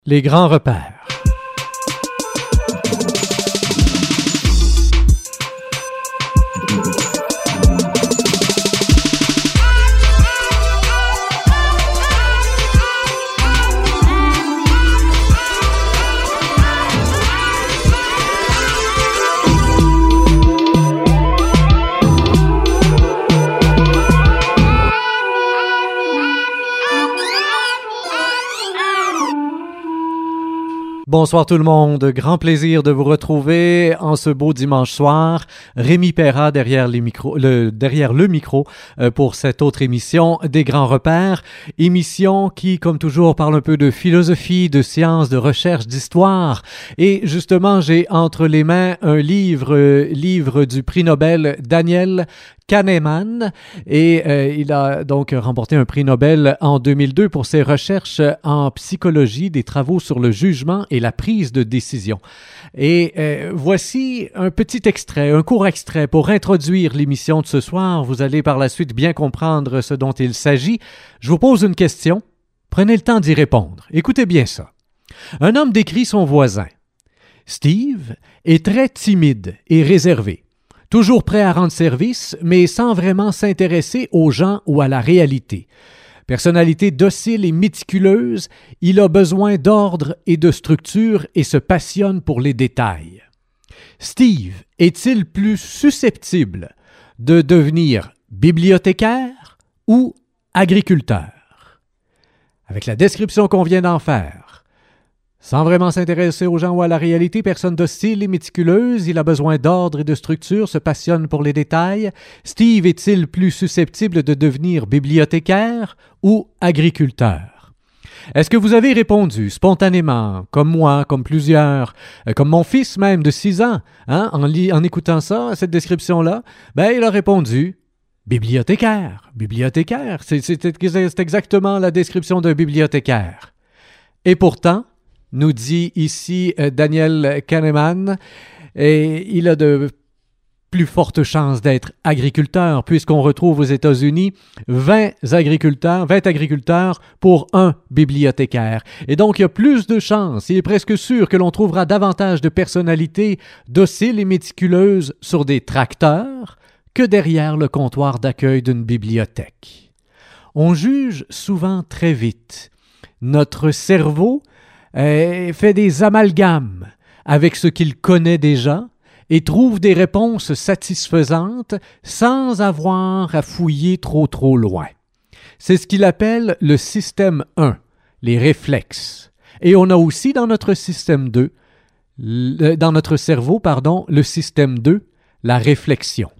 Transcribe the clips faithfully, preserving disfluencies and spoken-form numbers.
Les grands repères. Bonsoir tout le monde, grand plaisir de vous retrouver en ce beau dimanche soir. Rémi Perra derrière, les micros, le, derrière le micro euh, pour cette autre émission des Grands Repères. Émission qui, comme toujours, parle un peu de philosophie, de sciences, de recherche, d'histoire. Et justement, j'ai entre les mains un livre, euh, livre du prix Nobel Daniel Kahneman, et euh, il a donc remporté un prix Nobel en deux mille deux pour ses recherches en psychologie, des travaux sur le jugement et la prise de décision. Et euh, voici un petit extrait, un court extrait pour introduire l'émission de ce soir. Vous allez par la suite bien comprendre ce dont il s'agit. Je vous pose une question. Prenez le temps d'y répondre. Écoutez bien ça. Un homme décrit son voisin. Steve est très timide et réservé. Toujours prêt à rendre service, mais sans vraiment s'intéresser aux gens ou à la réalité. Personnalité docile et méticuleuse, il a besoin d'ordre et de structure et se passionne pour les détails. Steve est-il plus susceptible de devenir bibliothécaire ou agriculteur? Avec la description qu'on vient d'en faire, sans vraiment s'intéresser aux gens ou à la réalité, personne docile et méticuleuse, il a besoin d'ordre et de structure, se passionne pour les détails. Steve est-il plus susceptible de devenir bibliothécaire ou agriculteur? Est-ce que vous avez répondu spontanément, comme moi, comme plusieurs, euh, comme mon fils même de six ans, hein, en, li- en écoutant ça, cette description-là? Ben, il a répondu bibliothécaire. Bibliothécaire, c'est, c'est, c'est exactement la description d'un bibliothécaire. Et pourtant, nous dit ici euh, Daniel Kahneman, et il a de plus fortes chances d'être agriculteur, puisqu'on retrouve aux États-Unis vingt agriculteurs, vingt agriculteurs pour un bibliothécaire. Et donc, il y a plus de chances, il est presque sûr que l'on trouvera davantage de personnalités dociles et méticuleuses sur des tracteurs que derrière le comptoir d'accueil d'une bibliothèque. On juge souvent très vite. Notre cerveau Euh, fait des amalgames avec ce qu'il connaît déjà et trouve des réponses satisfaisantes sans avoir à fouiller trop trop loin. C'est ce qu'il appelle le système un, les réflexes. Et on a aussi dans notre système deux, le, dans notre cerveau, pardon, le système deux, la réflexion.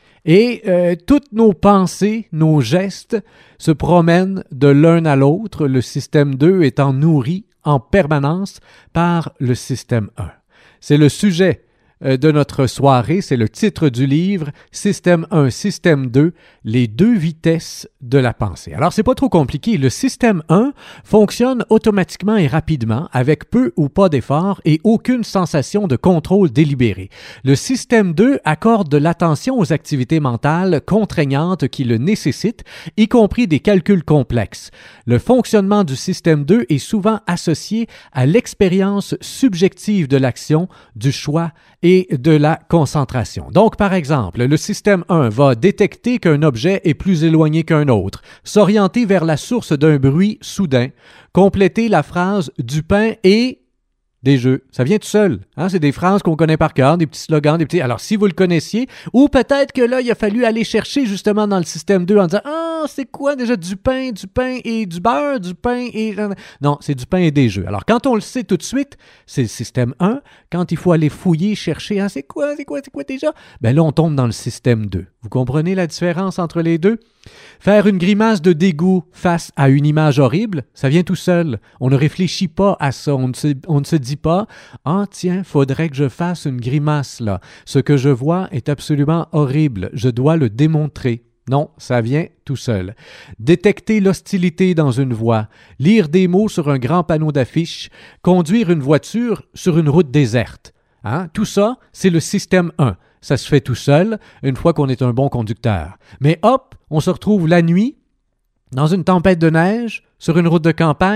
Et euh, toutes nos pensées, nos gestes se promènent de l'un à l'autre, le système deux étant nourri en permanence par le système un. C'est le sujet de notre soirée, c'est le titre du livre, Système un, Système deux, les deux vitesses de la pensée. Alors, c'est pas trop compliqué. Le système un fonctionne automatiquement et rapidement, avec peu ou pas d'effort et aucune sensation de contrôle délibéré. Le système deux accorde de l'attention aux activités mentales contraignantes qui le nécessitent, y compris des calculs complexes. Le fonctionnement du système deux est souvent associé à l'expérience subjective de l'action, du choix et de la concentration. Donc, par exemple, le système un va détecter qu'un objet est plus éloigné qu'un autre, s'orienter vers la source d'un bruit soudain, compléter la phrase « du pain et… » des jeux. Ça vient tout seul. Hein? C'est des phrases qu'on connaît par cœur, des petits slogans, des petits... Alors, si vous le connaissiez, ou peut-être que là, il a fallu aller chercher justement dans le système deux en disant « Ah, c'est quoi déjà du pain, du pain et du beurre, du pain et… » Non, c'est du pain et des jeux. Alors, quand on le sait tout de suite, c'est le système un. Quand il faut aller fouiller, chercher, hein, c'est quoi, c'est quoi, c'est quoi déjà? Ben là, on tombe dans le système deux. Vous comprenez la différence entre les deux? Faire une grimace de dégoût face à une image horrible, ça vient tout seul. On ne réfléchit pas à ça. On ne se, on ne se dit pas « Ah, tiens, faudrait que je fasse une grimace là. Ce que je vois est absolument horrible. Je dois le démontrer. » Non, ça vient tout seul. Détecter l'hostilité dans une voie, lire des mots sur un grand panneau d'affiche, conduire une voiture sur une route déserte. Hein? Tout ça, c'est le système un. Ça se fait tout seul, une fois qu'on est un bon conducteur. Mais hop, on se retrouve la nuit, dans une tempête de neige, sur une route de campagne,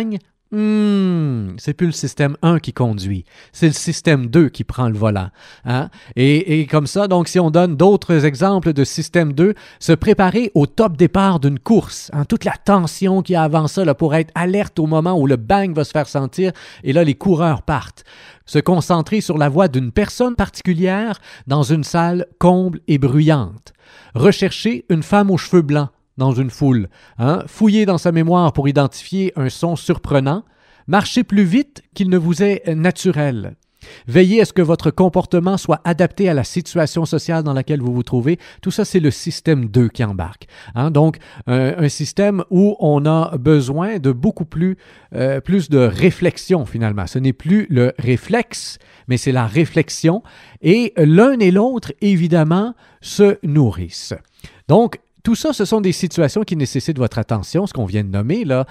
Hmm, c'est plus le système un qui conduit, c'est le système deux qui prend le volant. Hein? Et, et comme ça, donc si on donne d'autres exemples de système deux, se préparer au top départ d'une course, hein? Toute la tension qu'il y a avant ça là, pour être alerte au moment où le bang va se faire sentir, et là les coureurs partent. Se concentrer sur la voix d'une personne particulière dans une salle comble et bruyante. Rechercher une femme aux cheveux blancs dans une foule, hein? Fouiller dans sa mémoire pour identifier un son surprenant, marcher plus vite qu'il ne vous est naturel. Veillez à ce que votre comportement soit adapté à la situation sociale dans laquelle vous vous trouvez. Tout ça, c'est le système deux qui embarque. Hein? Donc, un, un système où on a besoin de beaucoup plus, euh, plus de réflexion, finalement. Ce n'est plus le réflexe, mais c'est la réflexion. Et l'un et l'autre, évidemment, se nourrissent. Donc, tout ça, ce sont des situations qui nécessitent votre attention, ce qu'on vient de nommer, là,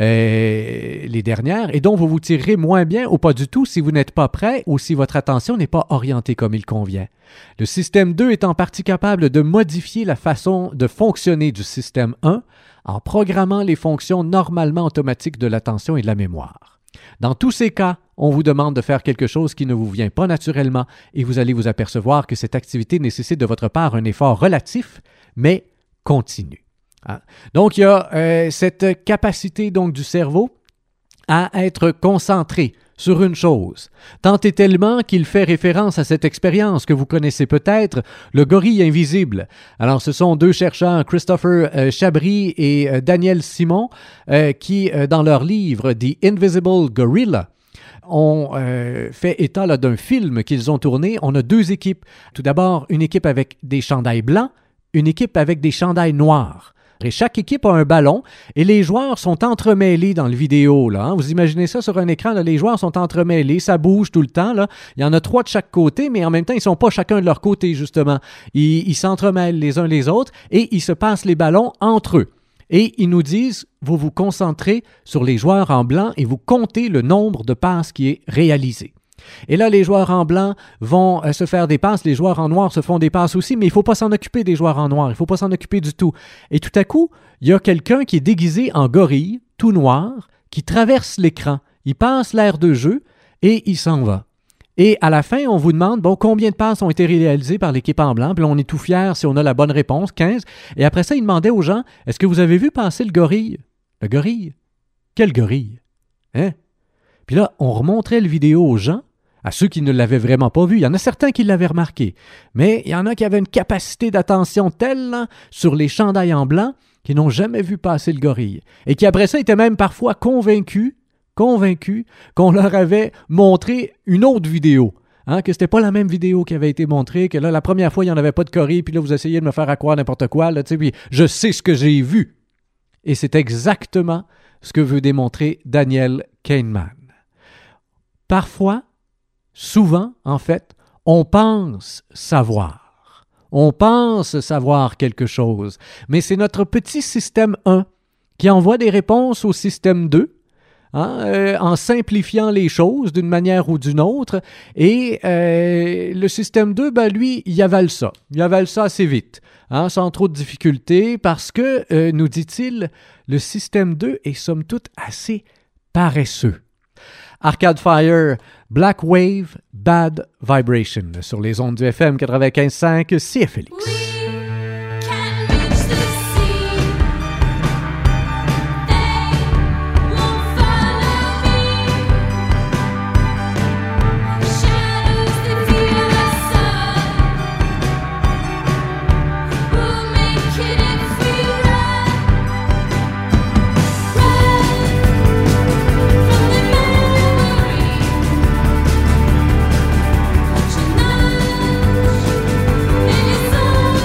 euh, les dernières, et dont vous vous tirerez moins bien ou pas du tout si vous n'êtes pas prêt ou si votre attention n'est pas orientée comme il convient. Le système deux est en partie capable de modifier la façon de fonctionner du système un en programmant les fonctions normalement automatiques de l'attention et de la mémoire. Dans tous ces cas, on vous demande de faire quelque chose qui ne vous vient pas naturellement et vous allez vous apercevoir que cette activité nécessite de votre part un effort relatif, mais continue. Hein? Donc, il y a euh, cette capacité donc, du cerveau à être concentré sur une chose, tant et tellement qu'il fait référence à cette expérience que vous connaissez peut-être, le gorille invisible. Alors, ce sont deux chercheurs, Christopher euh, Chabry et euh, Daniel Simon, euh, qui, euh, dans leur livre « The Invisible Gorilla », ont euh, fait état là, d'un film qu'ils ont tourné. On a deux équipes. Tout d'abord, une équipe avec des chandails blancs, une équipe avec des chandails noirs. Et chaque équipe a un ballon et les joueurs sont entremêlés dans le vidéo. Là, hein. Vous imaginez ça sur un écran, là, les joueurs sont entremêlés, ça bouge tout le temps. Là. Il y en a trois de chaque côté, mais en même temps, ils ne sont pas chacun de leur côté, justement. Ils, ils s'entremêlent les uns les autres et ils se passent les ballons entre eux. Et ils nous disent, vous vous concentrez sur les joueurs en blanc et vous comptez le nombre de passes qui est réalisé. Et là, les joueurs en blanc vont euh, se faire des passes, les joueurs en noir se font des passes aussi, mais il ne faut pas s'en occuper des joueurs en noir, il ne faut pas s'en occuper du tout. Et tout à coup, il y a quelqu'un qui est déguisé en gorille, tout noir, qui traverse l'écran. Il passe l'aire de jeu et il s'en va. Et à la fin, on vous demande, bon, combien de passes ont été réalisées par l'équipe en blanc? Puis là, on est tout fiers si on a la bonne réponse, quinze. Et après ça, il demandait aux gens, est-ce que vous avez vu passer le gorille? Le gorille? Quel gorille? Hein? Puis là, on remontrait le vidéo aux gens, à ceux qui ne l'avaient vraiment pas vu. Il y en a certains qui l'avaient remarqué, mais il y en a qui avaient une capacité d'attention telle là, sur les chandails en blanc qui n'ont jamais vu passer le gorille. Et qui après ça étaient même parfois convaincus, convaincus qu'on leur avait montré une autre vidéo. Hein, que c'était pas la même vidéo qui avait été montrée, que là, la première fois, il n'y en avait pas de gorille, puis là, vous essayez de me faire croire n'importe quoi, là, tu sais, puis je sais ce que j'ai vu. Et c'est exactement ce que veut démontrer Daniel Kahneman. Parfois, souvent, en fait, on pense savoir. On pense savoir quelque chose. Mais c'est notre petit système un qui envoie des réponses au système deux, hein, euh, en simplifiant les choses d'une manière ou d'une autre. Et euh, le système deux, ben, lui, il avale ça. Il avale ça assez vite, hein, sans trop de difficultés, parce que, euh, nous dit-il, le système deux est somme toute assez paresseux. Arcade Fire, Black Wave, Bad Vibration, sur les ondes du F M quatre-vingt-quinze cinq C F L X. Oui. Tonight, and it's all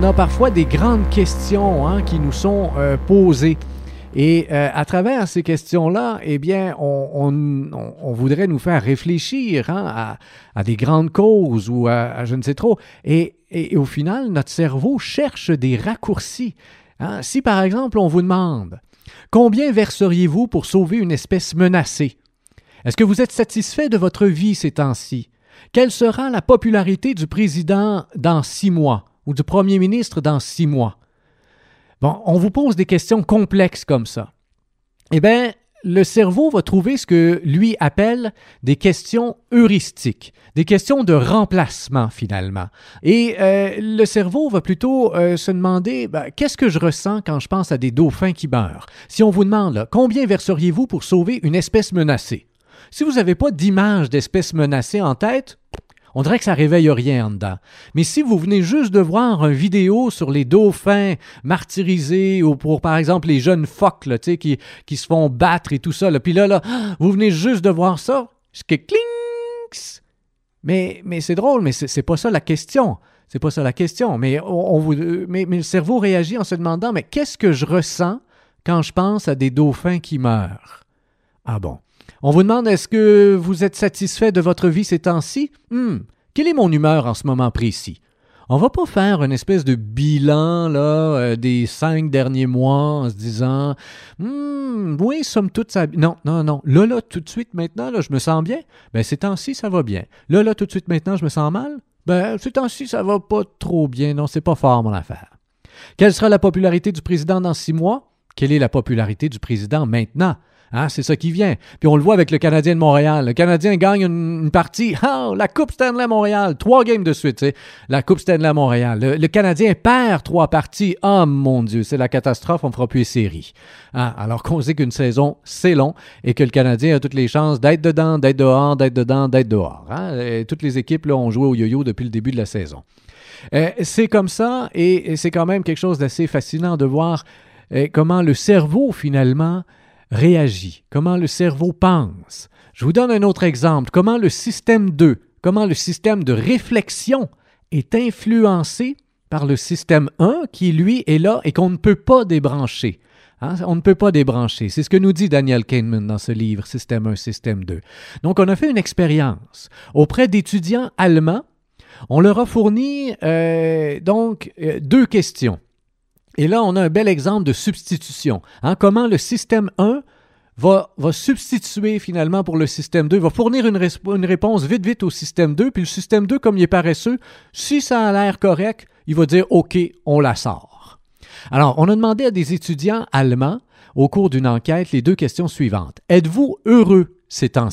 on a parfois des grandes questions hein, qui nous sont euh, posées. Et euh, à travers ces questions-là, eh bien, on, on, on voudrait nous faire réfléchir hein, à, à des grandes causes ou à, à je ne sais trop. Et, et, et au final, notre cerveau cherche des raccourcis. Hein. Si, par exemple, on vous demande « Combien verseriez-vous pour sauver une espèce menacée? » Est-ce que vous êtes satisfait de votre vie ces temps-ci? Quelle sera la popularité du président dans six mois ou du premier ministre dans six mois? Bon, on vous pose des questions complexes comme ça. Eh bien, le cerveau va trouver ce que lui appelle des questions heuristiques, des questions de remplacement finalement. Et euh, le cerveau va plutôt euh, se demander ben, qu'est-ce que je ressens quand je pense à des dauphins qui meurent? Si on vous demande là, combien verseriez-vous pour sauver une espèce menacée? Si vous n'avez pas d'image d'espèce menacée en tête, on dirait que ça ne réveille rien en dedans. Mais si vous venez juste de voir une vidéo sur les dauphins martyrisés ou pour, par exemple, les jeunes phoques là, qui, qui se font battre et tout ça, là, puis là, là, vous venez juste de voir ça, clinks! Mais, mais c'est drôle, mais c'est, c'est pas ça la question. C'est pas ça la question. Mais, on, on vous, mais, mais le cerveau réagit en se demandant, mais qu'est-ce que je ressens quand je pense à des dauphins qui meurent? Ah bon? On vous demande, est-ce que vous êtes satisfait de votre vie ces temps-ci? Hmm, quelle est mon humeur en ce moment précis? On va pas faire une espèce de bilan là, euh, des cinq derniers mois en se disant hmm, oui, somme toute, ça... Non, non, non. Là, là, tout de suite, maintenant, là, je me sens bien. Ben, ces temps-ci, ça va bien. Là, là, tout de suite, maintenant, je me sens mal. Ben, ces temps-ci, ça va pas trop bien. Non, c'est pas fort, mon affaire. Quelle sera la popularité du président dans six mois? Quelle est la popularité du président maintenant? Hein, c'est ça qui vient. Puis on le voit avec le Canadien de Montréal. Le Canadien gagne une, une partie. Oh, la Coupe Stanley Montréal. Trois games de suite, tu sais. La Coupe Stanley Montréal. Le, le Canadien perd trois parties. Oh mon Dieu, c'est la catastrophe. On ne fera plus les séries. Hein, alors qu'on sait qu'une saison, c'est long et que le Canadien a toutes les chances d'être dedans, d'être dehors, d'être dedans, d'être dehors. Hein. Et toutes les équipes là, ont joué au yo-yo depuis le début de la saison. Euh, c'est comme ça et, et c'est quand même quelque chose d'assez fascinant de voir euh, comment le cerveau, finalement, réagit, comment le cerveau pense. Je vous donne un autre exemple. Comment le système deux, comment le système de réflexion est influencé par le système un qui, lui, est là et qu'on ne peut pas débrancher. Hein? On ne peut pas débrancher. C'est ce que nous dit Daniel Kahneman dans ce livre, Système un, Système deux. Donc, on a fait une expérience auprès d'étudiants allemands. On leur a fourni euh, donc euh, deux questions. Et là, on a un bel exemple de substitution. Hein? Comment le système un va, va substituer finalement pour le système deux, va fournir une, res- une réponse vite, vite au système deux, puis le système deux, comme il est paresseux, si ça a l'air correct, il va dire « OK, on la sort ». Alors, on a demandé à des étudiants allemands, au cours d'une enquête, les deux questions suivantes. « Êtes-vous heureux ces temps-ci »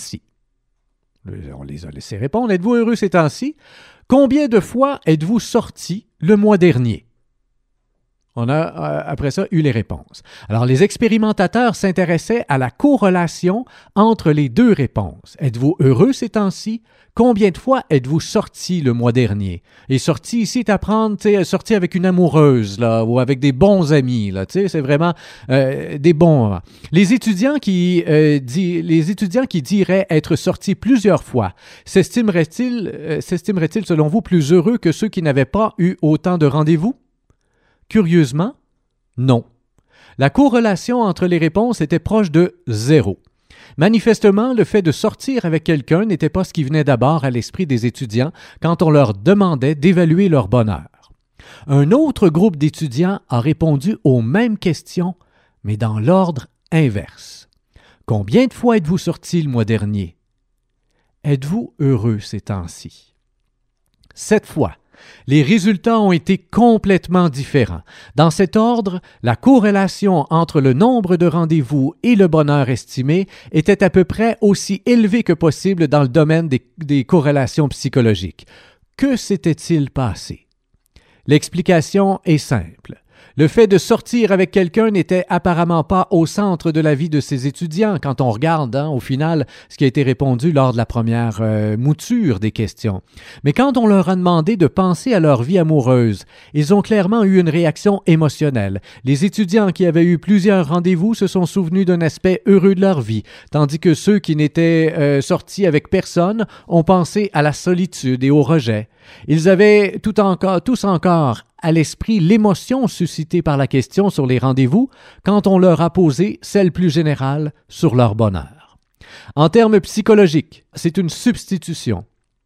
On les a laissés répondre. « Êtes-vous heureux ces temps-ci » Combien de fois êtes-vous sorti le mois dernier? On a, euh, après ça, eu les réponses. Alors, les expérimentateurs s'intéressaient à la corrélation entre les deux réponses. Êtes-vous heureux ces temps-ci? Combien de fois êtes-vous sorti le mois dernier? Et sorti ici, c'est à prendre, tu sais, sorti avec une amoureuse, là, ou avec des bons amis, là, tu sais, c'est vraiment euh, des bons. Les étudiants qui, euh, di- les étudiants qui diraient être sortis plusieurs fois, s'estimeraient-ils, euh, s'estimeraient-ils, selon vous, plus heureux que ceux qui n'avaient pas eu autant de rendez-vous? Curieusement, non. La corrélation entre les réponses était proche de zéro. Manifestement, le fait de sortir avec quelqu'un n'était pas ce qui venait d'abord à l'esprit des étudiants quand on leur demandait d'évaluer leur bonheur. Un autre groupe d'étudiants a répondu aux mêmes questions, mais dans l'ordre inverse. Combien de fois êtes-vous sorti le mois dernier? Êtes-vous heureux ces temps-ci? Sept fois. Les résultats ont été complètement différents. Dans cet ordre, la corrélation entre le nombre de rendez-vous et le bonheur estimé était à peu près aussi élevée que possible dans le domaine des, des corrélations psychologiques. Que s'était-il passé? L'explication est simple. Le fait de sortir avec quelqu'un n'était apparemment pas au centre de la vie de ces étudiants quand on regarde, hein, au final, ce qui a été répondu lors de la première euh, mouture des questions. Mais quand on leur a demandé de penser à leur vie amoureuse, ils ont clairement eu une réaction émotionnelle. Les étudiants qui avaient eu plusieurs rendez-vous se sont souvenus d'un aspect heureux de leur vie, tandis que ceux qui n'étaient euh, sortis avec personne ont pensé à la solitude et au rejet. Ils avaient tout encore, tous encore à l'esprit l'émotion suscitée par la question sur les rendez-vous quand on leur a posé celle plus générale sur leur bonheur. En termes psychologiques, c'est une substitution.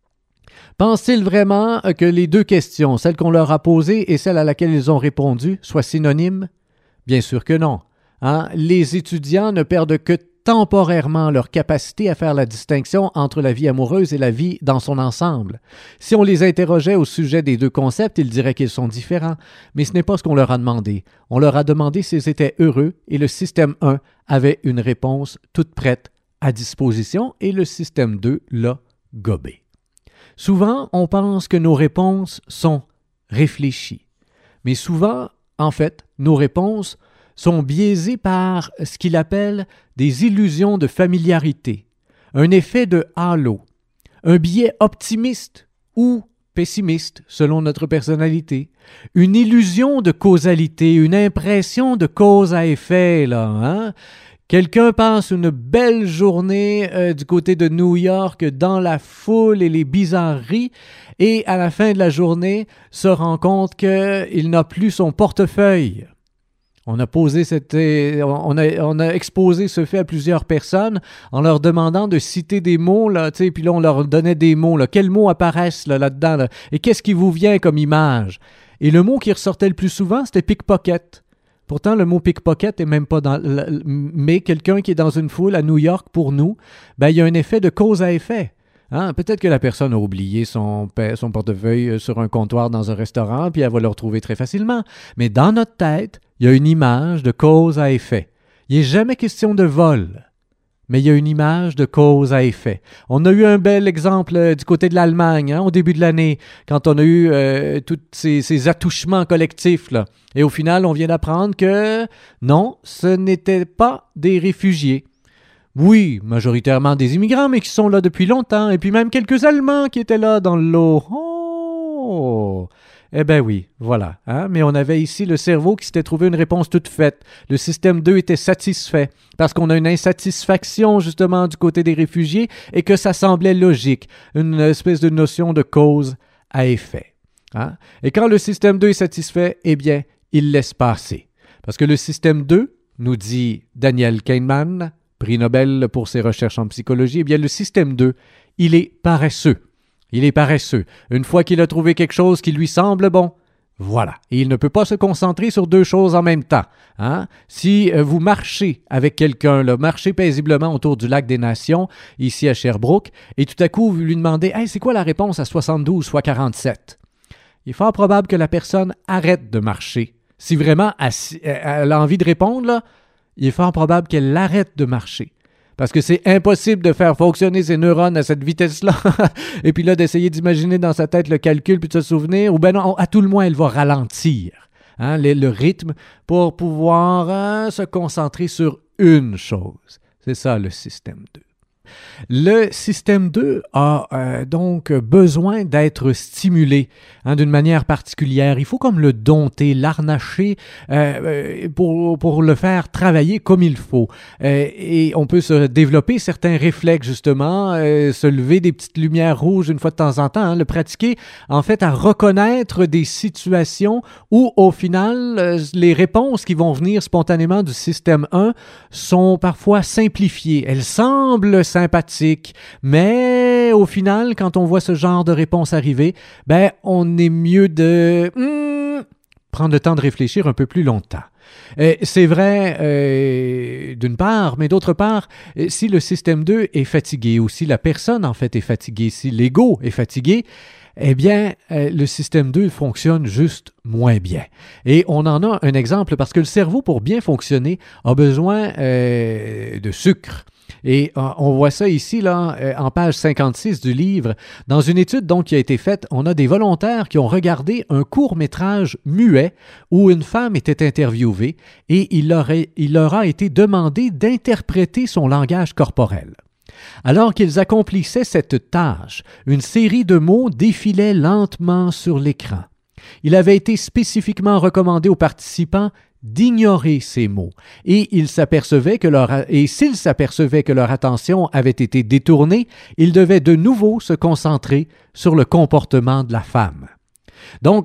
Pensent-ils vraiment que les deux questions, celle qu'on leur a posée et celle à laquelle ils ont répondu, soient synonymes? Bien sûr que non. Hein? Les étudiants ne perdent que temporairement leur capacité à faire la distinction entre la vie amoureuse et la vie dans son ensemble. Si on les interrogeait au sujet des deux concepts, ils diraient qu'ils sont différents, mais ce n'est pas ce qu'on leur a demandé. On leur a demandé s'ils étaient heureux et le système un avait une réponse toute prête à disposition et le système deux l'a gobé. Souvent, on pense que nos réponses sont réfléchies, mais souvent, en fait, nos réponses sont biaisés par ce qu'il appelle des illusions de familiarité, un effet de halo, un biais optimiste ou pessimiste selon notre personnalité, une illusion de causalité, une impression de cause à effet, là, hein? Quelqu'un passe une belle journée euh, du côté de New York dans la foule et les bizarreries et à la fin de la journée se rend compte qu'il n'a plus son portefeuille. On a posé cette, on a, on a exposé ce fait à plusieurs personnes en leur demandant de citer des mots, là, tu sais, puis là, on leur donnait des mots, là. Quels mots apparaissent là, là-dedans, là? Et qu'est-ce qui vous vient comme image? Et le mot qui ressortait le plus souvent, c'était pickpocket. Pourtant, le mot pickpocket est même pas dans... Mais quelqu'un qui est dans une foule à New York, pour nous, ben, il y a un effet de cause à effet. Hein? Peut-être que la personne a oublié son, son portefeuille sur un comptoir dans un restaurant, puis elle va le retrouver très facilement. Mais dans notre tête, il y a une image de cause à effet. Il n'est jamais question de vol, mais il y a une image de cause à effet. On a eu un bel exemple euh, du côté de l'Allemagne, hein, au début de l'année, quand on a eu euh, tous ces, ces attouchements collectifs, là. Et au final, on vient d'apprendre que non, ce n'étaient pas des réfugiés. Oui, majoritairement des immigrants, mais qui sont là depuis longtemps, et puis même quelques Allemands qui étaient là dans le lot. Oh! Eh bien oui, voilà. Hein? Mais on avait ici le cerveau qui s'était trouvé une réponse toute faite. Le système deux était satisfait parce qu'on a une insatisfaction justement du côté des réfugiés et que ça semblait logique, une espèce de notion de cause à effet. Hein? Et quand le système deux est satisfait, eh bien, il laisse passer. Parce que le système deux, nous dit Daniel Kahneman, prix Nobel pour ses recherches en psychologie, eh bien, le système deux, il est paresseux. Il est paresseux. Une fois qu'il a trouvé quelque chose qui lui semble bon, voilà. Et il ne peut pas se concentrer sur deux choses en même temps. Hein? Si euh, vous marchez avec quelqu'un, là, marchez paisiblement autour du lac des Nations, ici à Sherbrooke, et tout à coup, vous lui demandez « Hey, c'est quoi la réponse à soixante-douze fois quarante-sept? » Il est fort probable que la personne arrête de marcher. Si vraiment elle, elle a envie de répondre, là, il est fort probable qu'elle arrête de marcher. Parce que c'est impossible de faire fonctionner ses neurones à cette vitesse-là. Et puis là, d'essayer d'imaginer dans sa tête le calcul puis de se souvenir. Ou bien non, à tout le moins, elle va ralentir hein, le, le rythme pour pouvoir hein, se concentrer sur une chose. C'est ça le système deux. Le système deux a euh, donc besoin d'être stimulé hein, d'une manière particulière. Il faut comme le dompter, l'arnacher euh, pour, pour le faire travailler comme il faut. Euh, et on peut se développer certains réflexes justement, euh, se lever des petites lumières rouges une fois de temps en temps, hein, le pratiquer en fait à reconnaître des situations où au final euh, les réponses qui vont venir spontanément du système un sont parfois simplifiées. Elles semblent sympathique, mais au final, quand on voit ce genre de réponse arriver, ben, on est mieux de hmm, prendre le temps de réfléchir un peu plus longtemps. Euh, c'est vrai euh, d'une part, mais d'autre part, si le système deux est fatigué ou si la personne en fait est fatiguée, si l'ego est fatigué, eh bien, euh, le système deux fonctionne juste moins bien. Et on en a un exemple parce que le cerveau, pour bien fonctionner, a besoin euh, de sucre. Et euh, on voit ça ici, là, euh, en page cinquante-six du livre. Dans une étude donc qui a été faite, on a des volontaires qui ont regardé un court-métrage muet où une femme était interviewée et il leur, est, il leur a été demandé d'interpréter son langage corporel. Alors qu'ils accomplissaient cette tâche, une série de mots défilait lentement sur l'écran. Il avait été spécifiquement recommandé aux participants d'ignorer ces mots, et ils s'apercevaient que leur et s'ils s'apercevaient que leur attention avait été détournée, ils devaient de nouveau se concentrer sur le comportement de la femme. Donc,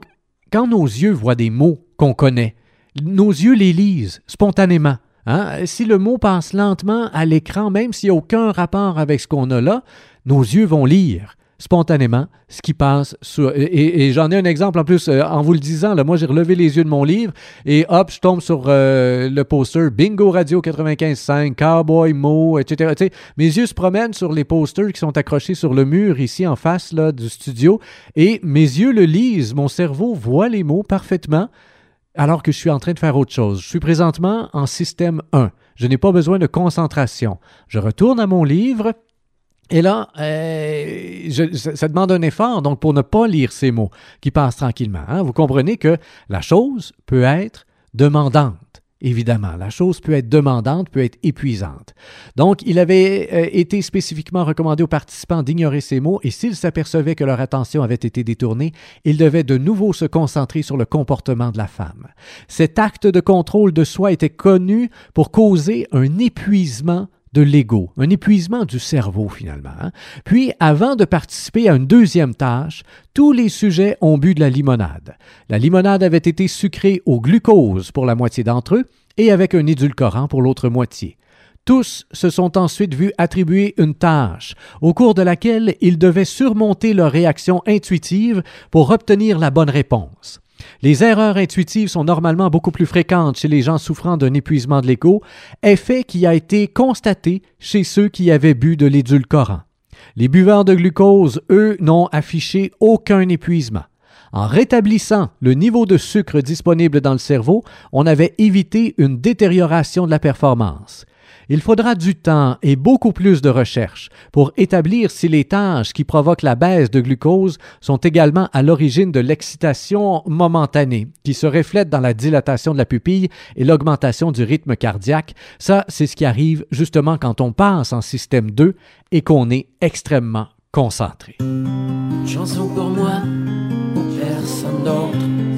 quand nos yeux voient des mots qu'on connaît, nos yeux les lisent spontanément. Hein? Si le mot passe lentement à l'écran, même s'il n'y a aucun rapport avec ce qu'on a là, nos yeux vont lire spontanément ce qui passe sur... Et, et j'en ai un exemple en plus, euh, en vous le disant, là, moi j'ai relevé les yeux de mon livre et hop, je tombe sur euh, le poster Bingo Radio quatre-vingt-quinze cinq, Cowboy Mo, et cetera. Tu sais, mes yeux se promènent sur les posters qui sont accrochés sur le mur ici en face là, du studio et mes yeux le lisent, mon cerveau voit les mots parfaitement alors que je suis en train de faire autre chose. Je suis présentement en système un. Je n'ai pas besoin de concentration. Je retourne à mon livre. Et là, euh, je, ça, ça demande un effort, donc pour ne pas lire ces mots qui passent tranquillement. Hein, vous comprenez que la chose peut être demandante, évidemment. La chose peut être demandante, peut être épuisante. Donc, il avait euh, été spécifiquement recommandé aux participants d'ignorer ces mots et s'ils s'apercevaient que leur attention avait été détournée, ils devaient de nouveau se concentrer sur le comportement de la femme. Cet acte de contrôle de soi était connu pour causer un épuisement de l'ego, un épuisement du cerveau finalement. Hein? Puis, avant de participer à une deuxième tâche, tous les sujets ont bu de la limonade. La limonade avait été sucrée au glucose pour la moitié d'entre eux et avec un édulcorant pour l'autre moitié. Tous se sont ensuite vus attribuer une tâche, au cours de laquelle ils devaient surmonter leur réaction intuitive pour obtenir la bonne réponse. Les erreurs intuitives sont normalement beaucoup plus fréquentes chez les gens souffrant d'un épuisement de l'ego, effet qui a été constaté chez ceux qui avaient bu de l'édulcorant. Les buveurs de glucose, eux, n'ont affiché aucun épuisement. En rétablissant le niveau de sucre disponible dans le cerveau, on avait évité une détérioration de la performance. Il faudra du temps et beaucoup plus de recherche pour établir si les tâches qui provoquent la baisse de glucose sont également à l'origine de l'excitation momentanée qui se reflète dans la dilatation de la pupille et l'augmentation du rythme cardiaque. Ça, c'est ce qui arrive justement quand on passe en système deux et qu'on est extrêmement concentré. Une chanson pour moi, pour personne d'autre,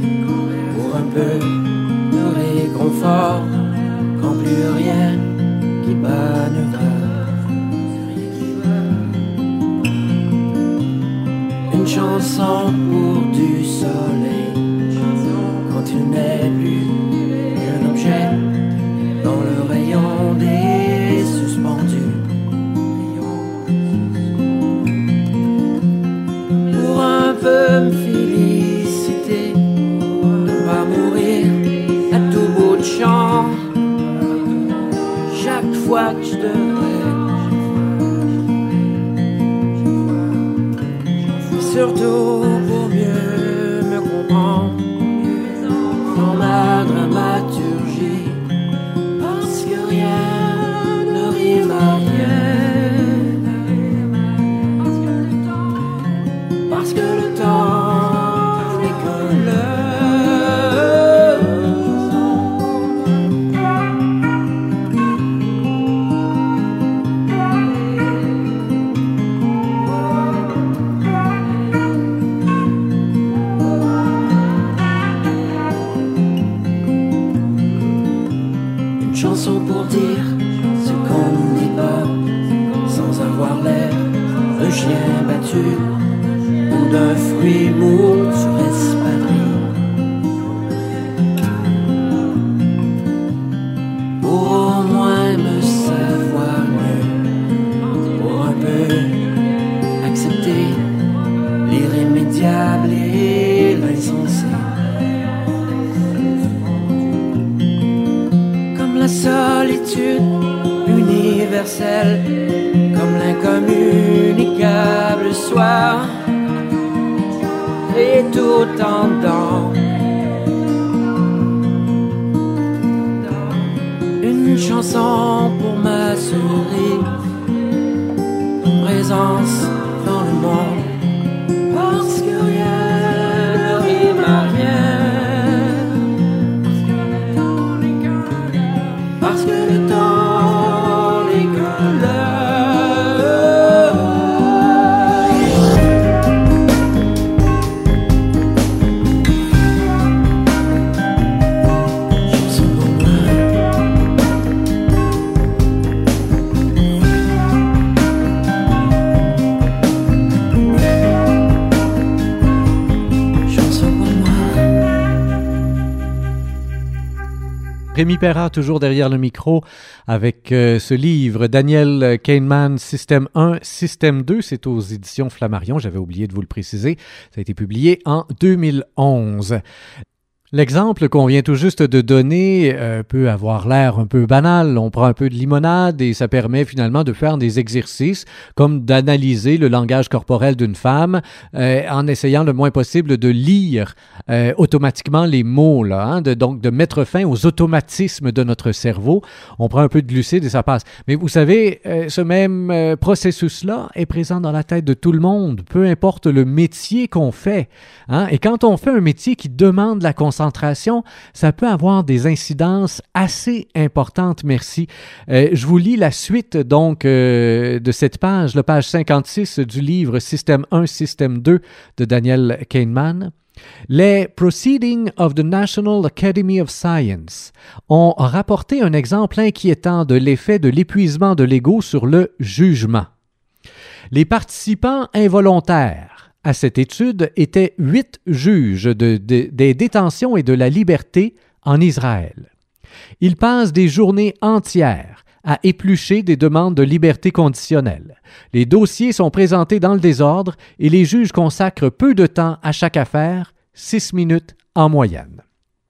pour un peu de réconfort, quand plus rien qui bat ne va. Une chanson pour du soleil, quand il n'est plus qu'un objet dans le rayon des suspendus. Pour un peu me féliciter de pas mourir à tout bout de champ. Chaque fois que je devrais, surtout pour mieux me comprendre dans ma dramaturgie, parce que rien ne rime à rien, parce que le temps n'est que l'heure. Chanson pour dire ce qu'on ne dit pas, sans avoir l'air d'un chien battu ou d'un fruit mou sur espadrille. Pour au moins me savoir mieux, pour un peu accepter l'irrémédiable et l'insensé. La solitude universelle, comme l'incommunicable soir, et tout en dedans. Une chanson pour m'assurer présence dans le monde, parce que rien ne rime à rien. Parce que le temps n'est que l'heure. Chanson pour moi. Chanson pour moi. Rémi Perra, toujours derrière le micro, avec euh, ce livre, Daniel Kahneman, Système un, Système deux. C'est aux éditions Flammarion, j'avais oublié de vous le préciser. Ça a été publié en deux mille onze. L'exemple qu'on vient tout juste de donner euh, peut avoir l'air un peu banal. On prend un peu de limonade et ça permet finalement de faire des exercices comme d'analyser le langage corporel d'une femme euh, en essayant le moins possible de lire euh, automatiquement les mots, là, hein, de, donc de mettre fin aux automatismes de notre cerveau. On prend un peu de glucides et ça passe. Mais vous savez, euh, ce même euh, processus-là est présent dans la tête de tout le monde, peu importe le métier qu'on fait. Hein? Et quand on fait un métier qui demande la concentration, ça peut avoir des incidences assez importantes, merci. Euh, je vous lis la suite donc euh, de cette page, la page cinquante-six du livre Système un, Système deux de Daniel Kahneman. Les Proceedings of the National Academy of Science ont rapporté un exemple inquiétant de l'effet de l'épuisement de l'ego sur le jugement. Les participants involontaires à cette étude étaient huit juges de, de, des détentions et de la liberté en Israël. Ils passent des journées entières à éplucher des demandes de liberté conditionnelle. Les dossiers sont présentés dans le désordre et les juges consacrent peu de temps à chaque affaire, six minutes en moyenne.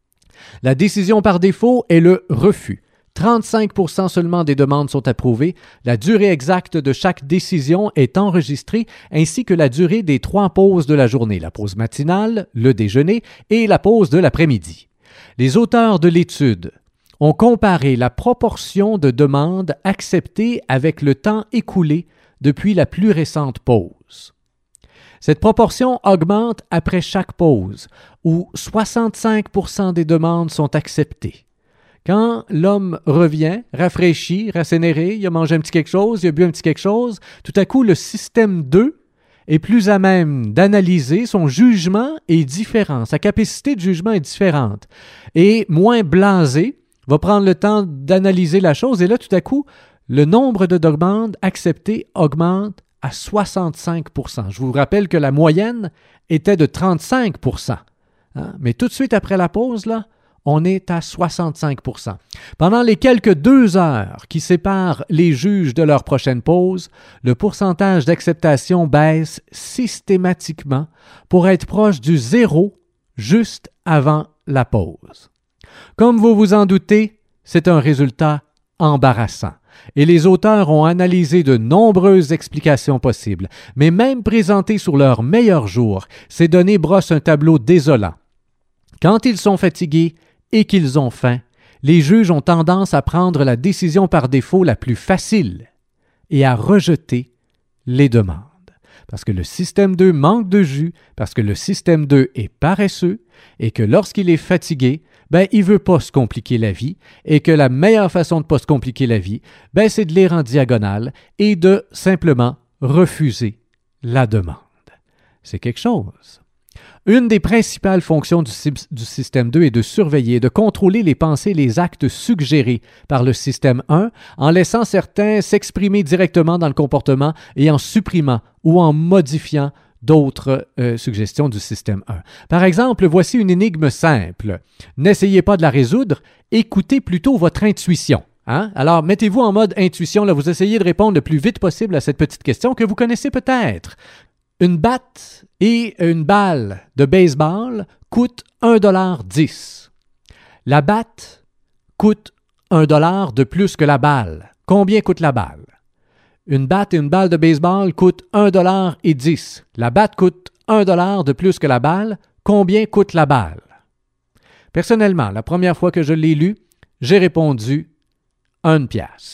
La décision par défaut est le refus. trente-cinq pour cent seulement des demandes sont approuvées. La durée exacte de chaque décision est enregistrée, ainsi que la durée des trois pauses de la journée, la pause matinale, le déjeuner et la pause de l'après-midi. Les auteurs de l'étude ont comparé la proportion de demandes acceptées avec le temps écoulé depuis la plus récente pause. Cette proportion augmente après chaque pause, où soixante-cinq pour cent des demandes sont acceptées. Quand l'homme revient, rafraîchi, rassénéré, il a mangé un petit quelque chose, il a bu un petit quelque chose, tout à coup, le système deux est plus à même d'analyser, son jugement est différent, sa capacité de jugement est différente, et moins blasé, va prendre le temps d'analyser la chose, et là, tout à coup, le nombre de demandes acceptées augmente à soixante-cinq pour cent. Je vous rappelle que la moyenne était de trente-cinq pour cent. Hein? Mais tout de suite après la pause, là, on est à soixante-cinq pour cent. Pendant les quelques deux heures qui séparent les juges de leur prochaine pause, le pourcentage d'acceptation baisse systématiquement pour être proche du zéro juste avant la pause. Comme vous vous en doutez, c'est un résultat embarrassant. Et les auteurs ont analysé de nombreuses explications possibles, mais même présentées sur leur meilleur jour, ces données brossent un tableau désolant. Quand ils sont fatigués et qu'ils ont faim, les juges ont tendance à prendre la décision par défaut la plus facile et à rejeter les demandes. Parce que le système deux manque de jus, parce que le système deux est paresseux et que lorsqu'il est fatigué, ben, il ne veut pas se compliquer la vie et que la meilleure façon de ne pas se compliquer la vie, ben, c'est de lire en diagonale et de simplement refuser la demande. C'est quelque chose. Une des principales fonctions du, du système deux est de surveiller, de contrôler les pensées et les actes suggérés par le système un en laissant certains s'exprimer directement dans le comportement et en supprimant ou en modifiant d'autres euh, suggestions du système un. Par exemple, voici une énigme simple. N'essayez pas de la résoudre, écoutez plutôt votre intuition. Hein? Alors, mettez-vous en mode intuition, là, vous essayez de répondre le plus vite possible à cette petite question que vous connaissez peut-être. Une batte et une balle de baseball coûtent un dollar dix. La batte coûte un dollar de plus que la balle. Combien coûte la balle? Une batte et une balle de baseball coûtent un dollar et dix. La batte coûte un dollar de plus que la balle. Combien coûte la balle? Personnellement, la première fois que je l'ai lu, j'ai répondu une pièce.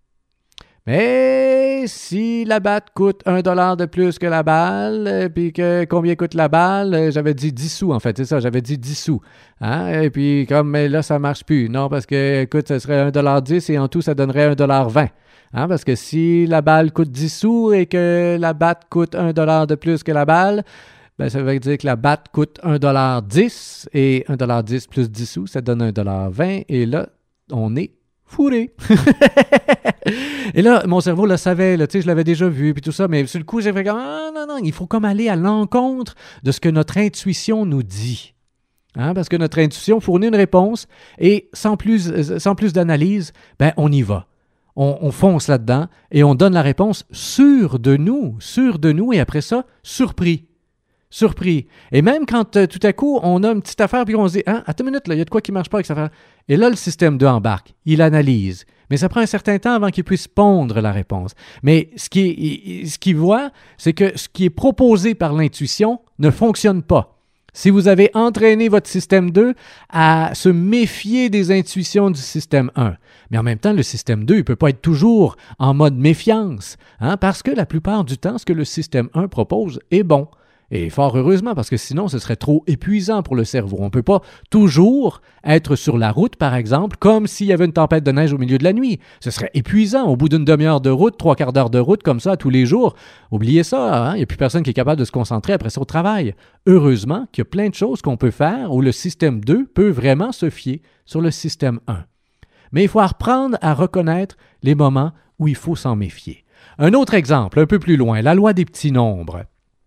Mais si la batte coûte un dollar de plus que la balle, puis que combien coûte la balle, j'avais dit dix sous en fait, c'est ça, j'avais dit dix sous. Hein? Et puis comme mais là, ça ne marche plus. Non, parce que écoute, ça serait un dollar dix et en tout, ça donnerait un dollar vingt. Hein? Parce que si la balle coûte dix sous et que la batte coûte un dollar de plus que la balle, ben, ça veut dire que la batte coûte un dollar dix et un dollar dix plus dix sous, ça donne un dollar vingt et là, on est fourré. Et là, mon cerveau le savait, là, tu sais, je l'avais déjà vu, puis tout ça, mais sur le coup, j'ai fait comme, ah non, non, il faut comme aller à l'encontre de ce que notre intuition nous dit. Hein, parce que notre intuition fournit une réponse et sans plus, sans plus d'analyse, ben, on y va. On, on fonce là-dedans et on donne la réponse sûr de nous, sûr de nous et après ça, surpris. Surpris. Et même quand euh, tout à coup, on a une petite affaire puis on se dit « Hein, attends une minute, il y a de quoi qui ne marche pas avec cette affaire. » Et là, le système deux embarque. Il analyse. Mais ça prend un certain temps avant qu'il puisse pondre la réponse. Mais ce qu'il ce qu'il voit, c'est que ce qui est proposé par l'intuition ne fonctionne pas. Si vous avez entraîné votre système deux à se méfier des intuitions du système un, mais en même temps, le système deux, il ne peut pas être toujours en mode méfiance, hein, parce que la plupart du temps, ce que le système un propose est bon. Et fort heureusement, parce que sinon, ce serait trop épuisant pour le cerveau. On ne peut pas toujours être sur la route, par exemple, comme s'il y avait une tempête de neige au milieu de la nuit. Ce serait épuisant. Au bout d'une demi-heure de route, trois quarts d'heure de route, comme ça, tous les jours. Oubliez ça, hein? Il n'y a plus personne qui est capable de se concentrer après ça au travail. Heureusement qu'il y a plein de choses qu'on peut faire où le système deux peut vraiment se fier sur le système un. Mais il faut apprendre à reconnaître les moments où il faut s'en méfier. Un autre exemple, un peu plus loin, la loi des petits nombres.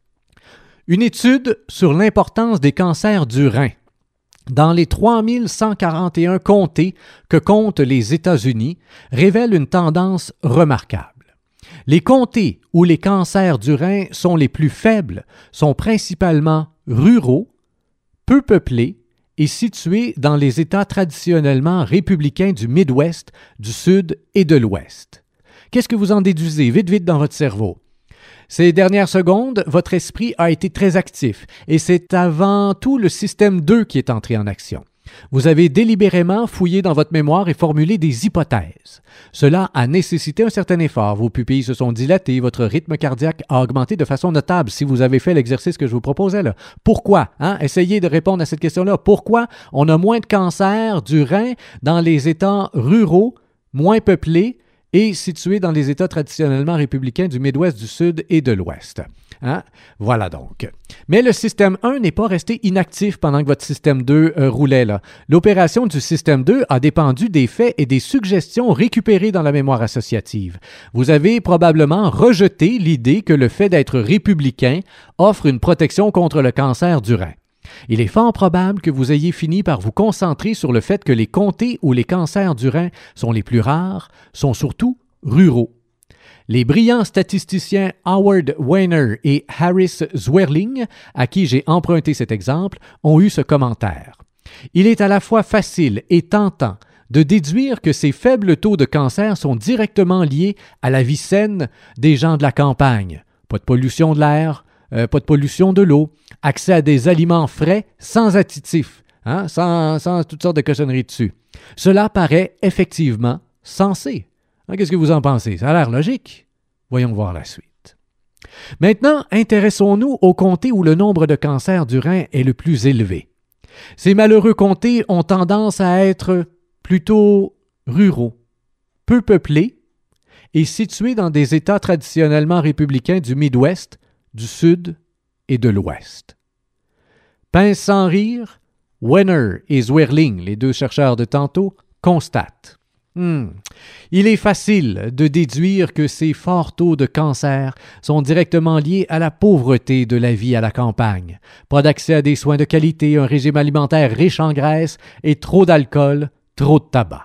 Une étude sur l'importance des cancers du rein dans les trois mille cent quarante et un comtés que comptent les États-Unis révèle une tendance remarquable. Les comtés où les cancers du rein sont les plus faibles sont principalement ruraux, peu peuplés et situés dans les États traditionnellement républicains du Midwest, du Sud et de l'Ouest. Qu'est-ce que vous en déduisez vite, vite dans votre cerveau? Ces dernières secondes, votre esprit a été très actif et c'est avant tout le système deux qui est entré en action. Vous avez délibérément fouillé dans votre mémoire et formulé des hypothèses. Cela a nécessité un certain effort. Vos pupilles se sont dilatées, votre rythme cardiaque a augmenté de façon notable si vous avez fait l'exercice que je vous proposais là. Pourquoi? Hein? Essayez de répondre à cette question-là. Pourquoi on a moins de cancers du rein dans les États ruraux, moins peuplés, et situé dans les États traditionnellement républicains du Midwest, du Sud et de l'Ouest. Hein? Voilà donc. Mais le système un n'est pas resté inactif pendant que votre système deux euh, roulait là. L'opération du système deux a dépendu des faits et des suggestions récupérées dans la mémoire associative. Vous avez probablement rejeté l'idée que le fait d'être républicain offre une protection contre le cancer du rein. Il est fort probable que vous ayez fini par vous concentrer sur le fait que les comtés où les cancers du rein sont les plus rares sont surtout ruraux. Les brillants statisticiens Howard Weiner et Harris Zwerling, à qui j'ai emprunté cet exemple, ont eu ce commentaire. Il est à la fois facile et tentant de déduire que ces faibles taux de cancer sont directement liés à la vie saine des gens de la campagne. Pas de pollution de l'air, Euh, pas de pollution de l'eau, accès à des aliments frais sans additifs, hein, sans, sans toutes sortes de cochonneries dessus. Cela paraît effectivement sensé. Hein, qu'est-ce que vous en pensez? Ça a l'air logique. Voyons voir la suite. Maintenant, intéressons-nous aux comtés où le nombre de cancers du rein est le plus élevé. Ces malheureux comtés ont tendance à être plutôt ruraux, peu peuplés et situés dans des États traditionnellement républicains du Midwest, du Sud et de l'Ouest. Pince sans rire, Weiner et Zwerling, les deux chercheurs de tantôt, constatent. Hmm. Il est facile de déduire que ces forts taux de cancer sont directement liés à la pauvreté de la vie à la campagne. Pas d'accès à des soins de qualité, un régime alimentaire riche en graisse et trop d'alcool, trop de tabac.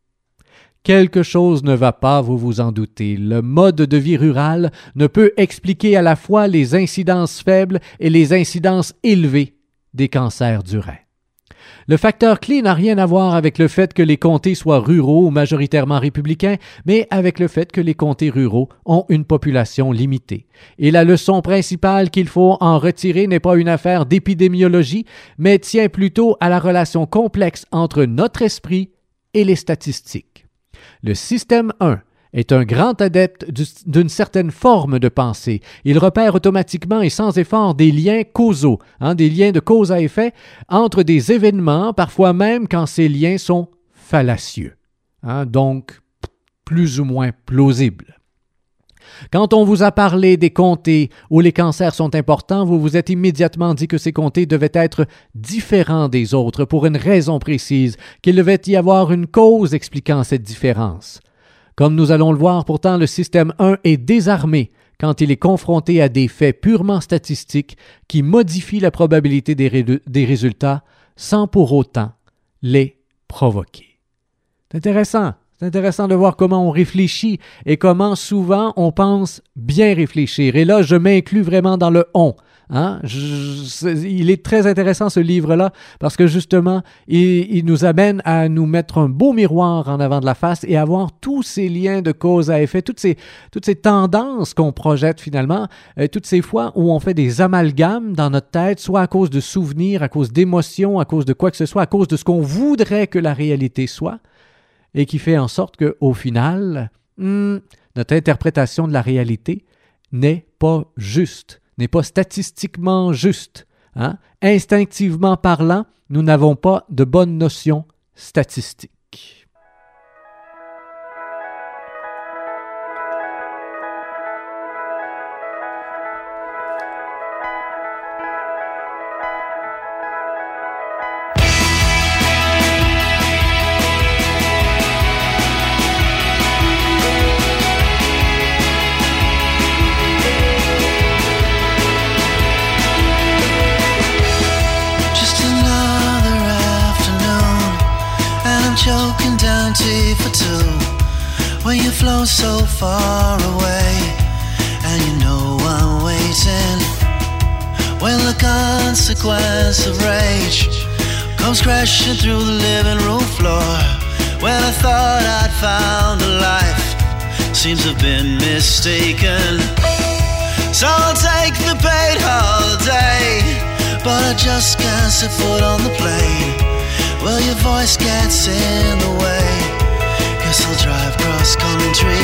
Quelque chose ne va pas, vous vous en doutez. Le mode de vie rural ne peut expliquer à la fois les incidences faibles et les incidences élevées des cancers du rein. Le facteur clé n'a rien à voir avec le fait que les comtés soient ruraux ou majoritairement républicains, mais avec le fait que les comtés ruraux ont une population limitée. Et la leçon principale qu'il faut en retirer n'est pas une affaire d'épidémiologie, mais tient plutôt à la relation complexe entre notre esprit et les statistiques. Le système un est un grand adepte d'une certaine forme de pensée. Il repère automatiquement et sans effort des liens causaux, hein, des liens de cause à effet, entre des événements, parfois même quand ces liens sont fallacieux, hein, donc plus ou moins plausibles. Quand on vous a parlé des comtés où les cancers sont importants, vous vous êtes immédiatement dit que ces comtés devaient être différents des autres pour une raison précise, qu'il devait y avoir une cause expliquant cette différence. Comme nous allons le voir, pourtant, le système un est désarmé quand il est confronté à des faits purement statistiques qui modifient la probabilité des, ré- des résultats sans pour autant les provoquer. C'est intéressant. C'est intéressant de voir comment on réfléchit et comment souvent on pense bien réfléchir. Et là, je m'inclus vraiment dans le « on ». Hein? Je, je, il est très intéressant ce livre-là parce que justement, il, il nous amène à nous mettre un beau miroir en avant de la face et à voir tous ces liens de cause à effet, toutes ces, toutes ces tendances qu'on projette finalement, euh, toutes ces fois où on fait des amalgames dans notre tête, soit à cause de souvenirs, à cause d'émotions, à cause de quoi que ce soit, à cause de ce qu'on voudrait que la réalité soit, et qui fait en sorte qu'au final, hmm, notre interprétation de la réalité n'est pas juste, n'est pas statistiquement juste. Hein? Instinctivement parlant, nous n'avons pas de bonnes notions statistiques. Choking down tea for two when you flow so far away and you know I'm waiting. When the consequence of rage comes crashing through the living room floor, when I thought I'd found a life seems to have been mistaken. So I'll take the paid holiday, but I just can't set foot on the plane. Well, your voice gets in the way. Guess I'll drive cross country.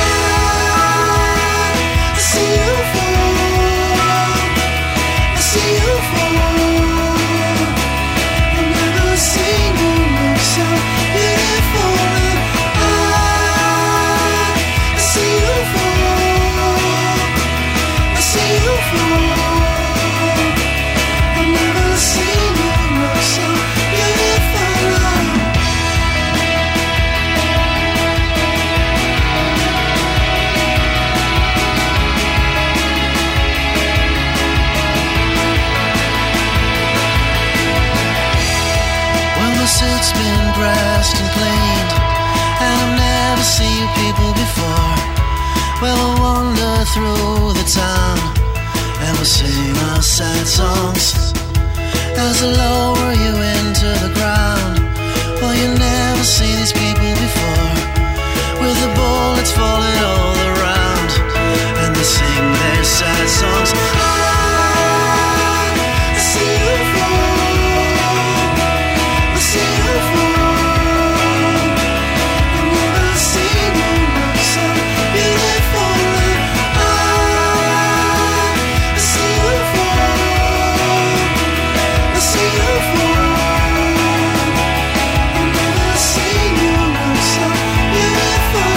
I see you fall. I see you fall. I've never seen you look so beautiful. I, I see you fall. I see you fall. I've never seen you look so beautiful. The suit's been pressed and cleaned, and I've never seen you people before. Well, we'll wander through the town, and we'll sing our sad songs as I lower you into the ground. Well, you never see these people before, with the bullets falling all around, and they sing their sad songs. I, I see you fall. See you fall. I've never seen you look so beautiful. I, I see you fall. I see you fall. I've never seen you look so beautiful.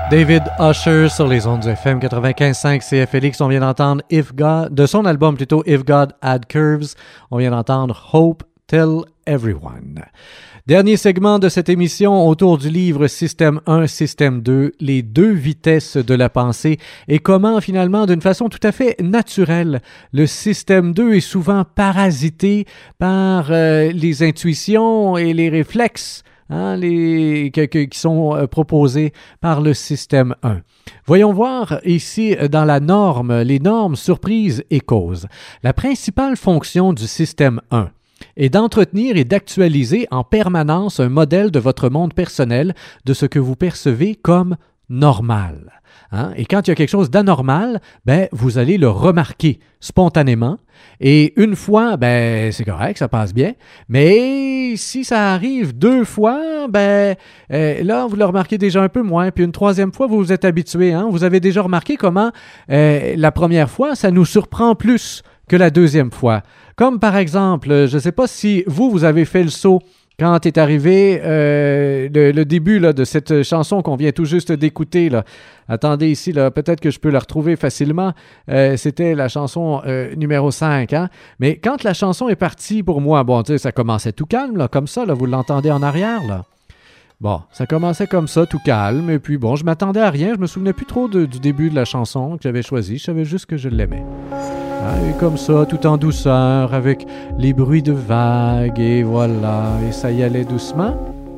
David Usher sur les ondes du F M quatre-vingt-quinze virgule cinq C F L X. On vient d'entendre If God, de son album plutôt If God Had Curves. On vient d'entendre Hope Tell Everyone. Dernier segment de cette émission autour du livre Système un, Système deux, les deux vitesses de la pensée et comment finalement, d'une façon tout à fait naturelle, le Système deux est souvent parasité par euh, les intuitions et les réflexes Hein, les, que, que, qui sont euh, proposés par le système un. Voyons voir ici dans la norme, les normes surprises et causes. La principale fonction du système un est d'entretenir et d'actualiser en permanence un modèle de votre monde personnel, de ce que vous percevez comme normal. Hein? Et quand il y a quelque chose d'anormal, ben, vous allez le remarquer spontanément. Et une fois, ben, c'est correct, ça passe bien. Mais si ça arrive deux fois, ben, euh, là, vous le remarquez déjà un peu moins. Puis une troisième fois, vous vous êtes habitué. Hein? Vous avez déjà remarqué comment euh, la première fois, ça nous surprend plus que la deuxième fois. Comme par exemple, je ne sais pas si vous, vous avez fait le saut quand est arrivé euh, le, le début là, de cette chanson qu'on vient tout juste d'écouter. Là. Attendez ici, là, peut-être que je peux la retrouver facilement. Euh, c'était la chanson euh, numéro cinq. Hein? Mais quand la chanson est partie pour moi, bon, tu sais, ça commençait tout calme, là, comme ça, là, vous l'entendez en arrière, là. Bon, ça commençait comme ça, tout calme, et puis bon, je m'attendais à rien, je me souvenais plus trop de, du début de la chanson que j'avais choisi, je savais juste que je l'aimais. Hein, et comme ça, tout en douceur, avec les bruits de vagues, et voilà, et ça y allait doucement.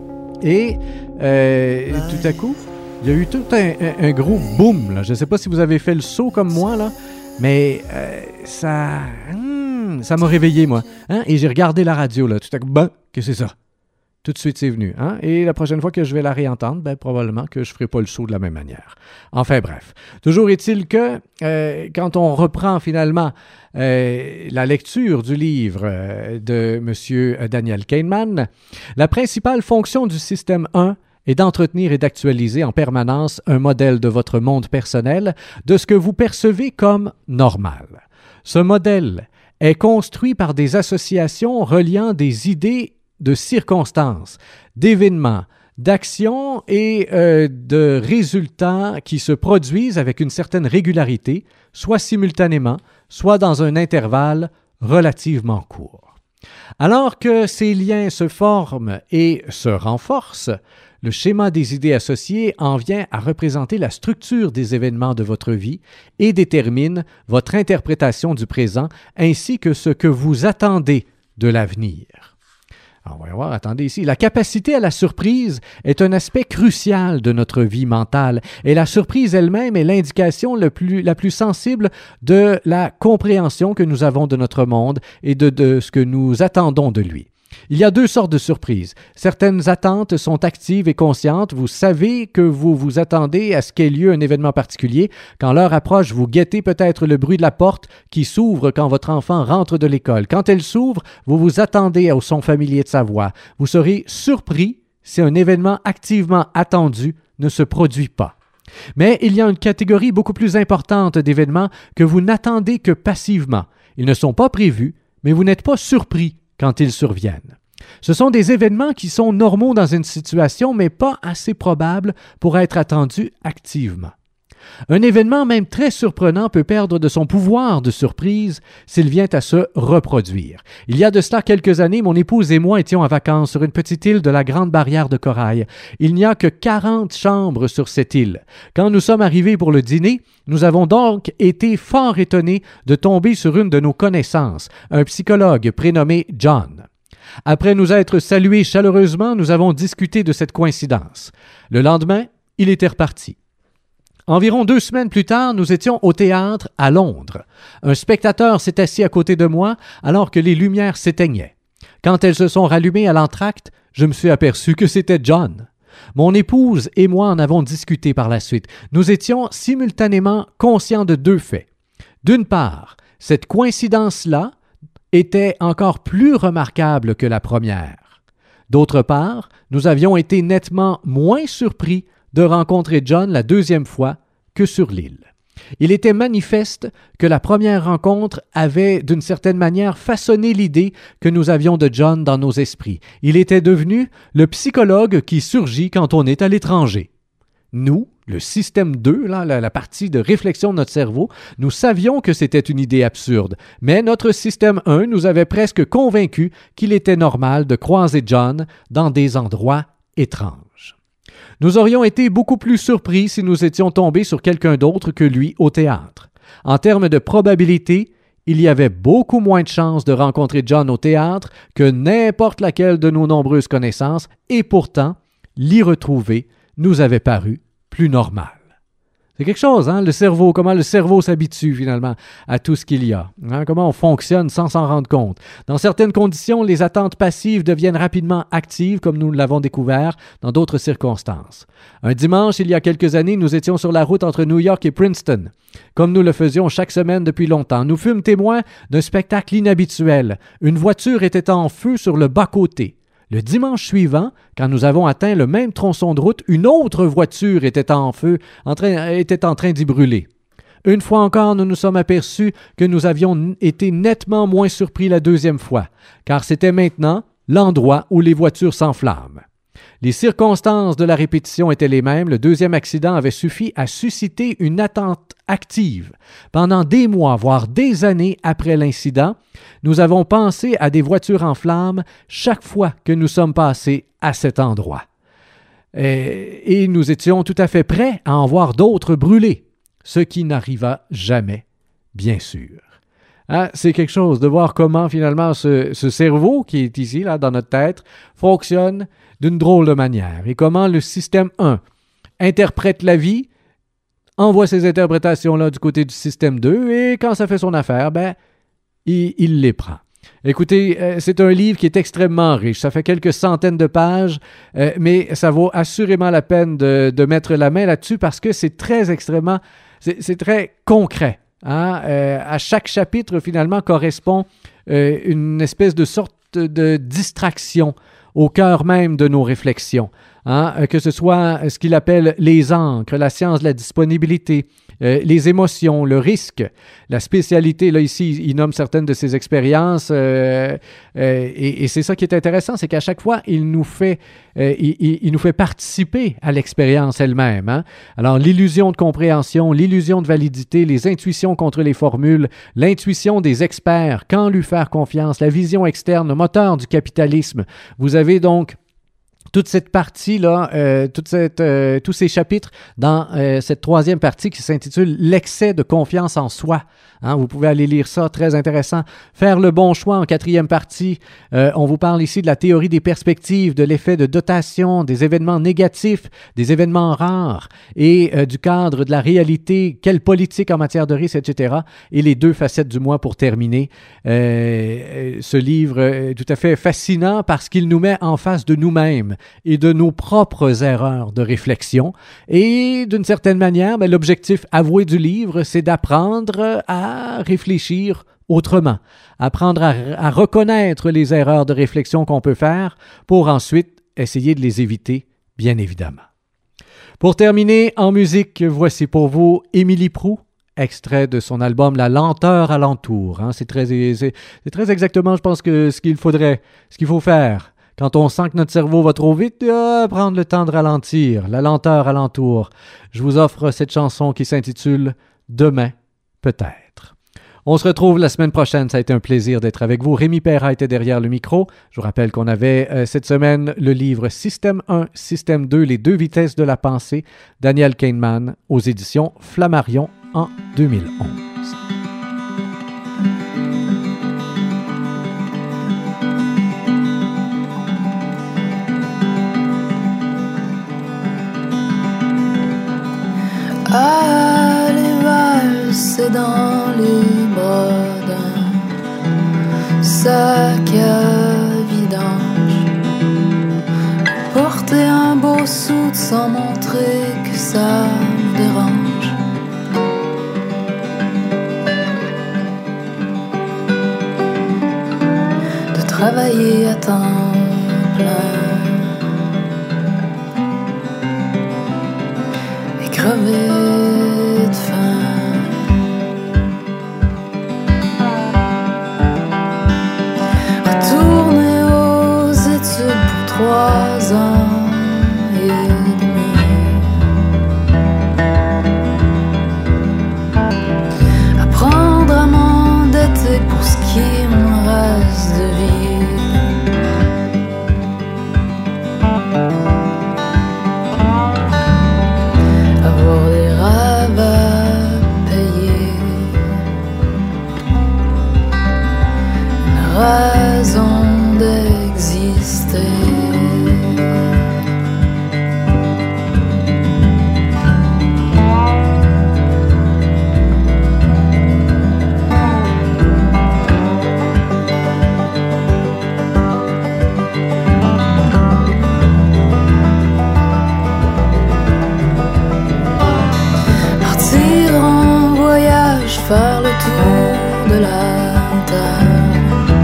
Et euh, tout à coup, il y a eu tout un, un, un gros boom, là. Je ne sais pas si vous avez fait le saut comme moi, là, mais euh, ça, hum, ça m'a réveillé, moi. Hein? Et j'ai regardé la radio, là, tout à coup, ben, qu'est-ce que c'est ça? Tout de suite, c'est venu. Hein? Et la prochaine fois que je vais la réentendre, ben, probablement que je ne ferai pas le saut de la même manière. Enfin bref. Toujours est-il que euh, quand on reprend finalement euh, la lecture du livre euh, de M. Daniel Kahneman, la principale fonction du système un est d'entretenir et d'actualiser en permanence un modèle de votre monde personnel, de ce que vous percevez comme normal. Ce modèle est construit par des associations reliant des idées de circonstances, d'événements, d'actions et euh, de résultats qui se produisent avec une certaine régularité, soit simultanément, soit dans un intervalle relativement court. Alors que ces liens se forment et se renforcent, le schéma des idées associées en vient à représenter la structure des événements de votre vie et détermine votre interprétation du présent ainsi que ce que vous attendez de l'avenir. On va voir, attendez ici. La capacité à la surprise est un aspect crucial de notre vie mentale et la surprise elle-même est l'indication le plus, la plus sensible de la compréhension que nous avons de notre monde et de, de ce que nous attendons de lui. Il y a deux sortes de surprises. Certaines attentes sont actives et conscientes. Vous savez que vous vous attendez à ce qu'ait lieu un événement particulier. Quand l'heure approche, vous guettez peut-être le bruit de la porte qui s'ouvre quand votre enfant rentre de l'école. Quand elle s'ouvre, vous vous attendez au son familier de sa voix. Vous serez surpris si un événement activement attendu ne se produit pas. Mais il y a une catégorie beaucoup plus importante d'événements que vous n'attendez que passivement. Ils ne sont pas prévus, mais vous n'êtes pas surpris quand ils surviennent. Ce sont des événements qui sont normaux dans une situation, mais pas assez probables pour être attendus activement. Un événement même très surprenant peut perdre de son pouvoir de surprise s'il vient à se reproduire. Il y a de cela quelques années, mon épouse et moi étions en vacances sur une petite île de la Grande Barrière de Corail. Il n'y a que quarante chambres sur cette île. Quand nous sommes arrivés pour le dîner, nous avons donc été fort étonnés de tomber sur une de nos connaissances, un psychologue prénommé John. Après nous être salués chaleureusement, nous avons discuté de cette coïncidence. Le lendemain, il était reparti. Environ deux semaines plus tard, nous étions au théâtre à Londres. Un spectateur s'est assis à côté de moi alors que les lumières s'éteignaient. Quand elles se sont rallumées à l'entracte, je me suis aperçu que c'était John. Mon épouse et moi en avons discuté par la suite. Nous étions simultanément conscients de deux faits. D'une part, cette coïncidence-là était encore plus remarquable que la première. D'autre part, nous avions été nettement moins surpris de rencontrer John la deuxième fois que sur l'île. Il était manifeste que la première rencontre avait, d'une certaine manière, façonné l'idée que nous avions de John dans nos esprits. Il était devenu le psychologue qui surgit quand on est à l'étranger. Nous, le système deux, là, la, la partie de réflexion de notre cerveau, nous savions que c'était une idée absurde, mais notre système un nous avait presque convaincus qu'il était normal de croiser John dans des endroits étranges. Nous aurions été beaucoup plus surpris si nous étions tombés sur quelqu'un d'autre que lui au théâtre. En termes de probabilité, il y avait beaucoup moins de chances de rencontrer John au théâtre que n'importe laquelle de nos nombreuses connaissances, et pourtant, l'y retrouver nous avait paru plus normal. C'est quelque chose, hein, le cerveau, comment le cerveau s'habitue finalement à tout ce qu'il y a, hein, comment on fonctionne sans s'en rendre compte. Dans certaines conditions, les attentes passives deviennent rapidement actives, comme nous l'avons découvert dans d'autres circonstances. Un dimanche, il y a quelques années, nous étions sur la route entre New York et Princeton, comme nous le faisions chaque semaine depuis longtemps. Nous fûmes témoins d'un spectacle inhabituel. Une voiture était en feu sur le bas-côté. Le dimanche suivant, quand nous avons atteint le même tronçon de route, une autre voiture était en feu, en train, était en train d'y brûler. Une fois encore, nous nous sommes aperçus que nous avions été nettement moins surpris la deuxième fois, car c'était maintenant l'endroit où les voitures s'enflamment. Les circonstances de la répétition étaient les mêmes. Le deuxième accident avait suffi à susciter une attente active. Pendant des mois, voire des années après l'incident, nous avons pensé à des voitures en flammes chaque fois que nous sommes passés à cet endroit. Et, et nous étions tout à fait prêts à en voir d'autres brûler, ce qui n'arriva jamais, bien sûr. Hein, c'est quelque chose de voir comment finalement ce, ce cerveau qui est ici, là, dans notre tête, fonctionne d'une drôle de manière et comment le système un interprète la vie, envoie ces interprétations-là du côté du système deux et quand ça fait son affaire, ben, il, il les prend. Écoutez, euh, c'est un livre qui est extrêmement riche. Ça fait quelques centaines de pages, euh, mais ça vaut assurément la peine de, de mettre la main là-dessus parce que c'est très extrêmement, c'est, c'est très concret. Hein? Euh, à chaque chapitre, finalement, correspond euh, une espèce de sorte de distraction au cœur même de nos réflexions, hein? Que ce soit ce qu'il appelle les encres, la science de la disponibilité, euh, les émotions, le risque, la spécialité. Là, ici, il nomme certaines de ses expériences euh, euh, et, et c'est ça qui est intéressant, c'est qu'à chaque fois, il nous fait, euh, il, il nous fait participer à l'expérience elle-même. Hein? Alors, l'illusion de compréhension, l'illusion de validité, les intuitions contre les formules, l'intuition des experts, quand lui faire confiance, la vision externe, le moteur du capitalisme. Vous avez donc toute cette partie-là, euh, toute cette, euh, tous ces chapitres dans euh, cette troisième partie qui s'intitule « L'excès de confiance en soi ». Hein, vous pouvez aller lire ça, très intéressant. Faire le bon choix en quatrième partie. Euh, on vous parle ici de la théorie des perspectives, de l'effet de dotation, des événements négatifs, des événements rares et euh, du cadre de la réalité, quelle politique en matière de risque, et cetera. Et les deux facettes du mois pour terminer. Euh, ce livre est tout à fait fascinant parce qu'il nous met en face de nous-mêmes et de nos propres erreurs de réflexion. Et d'une certaine manière, ben, l'objectif avoué du livre, c'est d'apprendre à réfléchir autrement, apprendre à, à reconnaître les erreurs de réflexion qu'on peut faire pour ensuite essayer de les éviter, bien évidemment. Pour terminer, en musique, voici pour vous Émilie Proulx, extrait de son album La lenteur alentour. Hein, c'est, très, c'est, c'est très exactement, je pense, que ce qu'il faudrait, ce qu'il faut faire. Quand on sent que notre cerveau va trop vite, euh, prendre le temps de ralentir, la lenteur alentour. Je vous offre cette chanson qui s'intitule « Demain, peut-être ». On se retrouve la semaine prochaine. Ça a été un plaisir d'être avec vous. Rémi Perra était derrière le micro. Je vous rappelle qu'on avait euh, cette semaine le livre Système un, Système deux, les deux vitesses de la pensée, Daniel Kahneman, aux éditions Flammarion en deux mille onze. Aller valser dans les bras d'un sac à vidange, porter un beau soude sans montrer que ça me dérange, de travailler à temps plein et crever de faim. Retourner aux études pour trois ans et demi. autour de la table.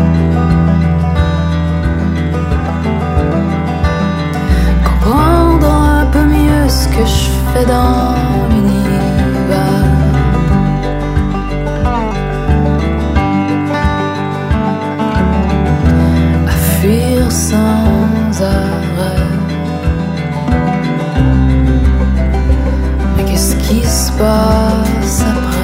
Comprendre un peu mieux ce que je fais dans l'univers. À fuir sans arrêt. Mais qu'est-ce qui se passe après?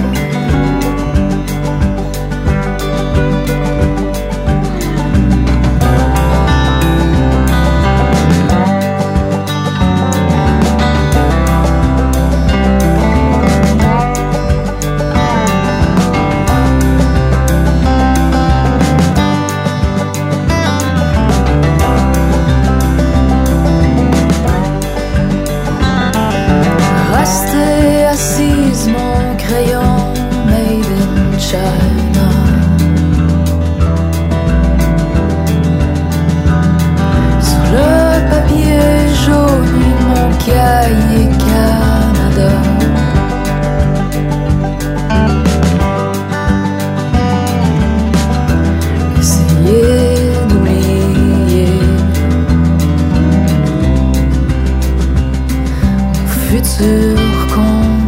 Rester assise, mon crayon made in China. Sur le papier jaune, mon cahier Canada. Essayer d'oublier mon futur con.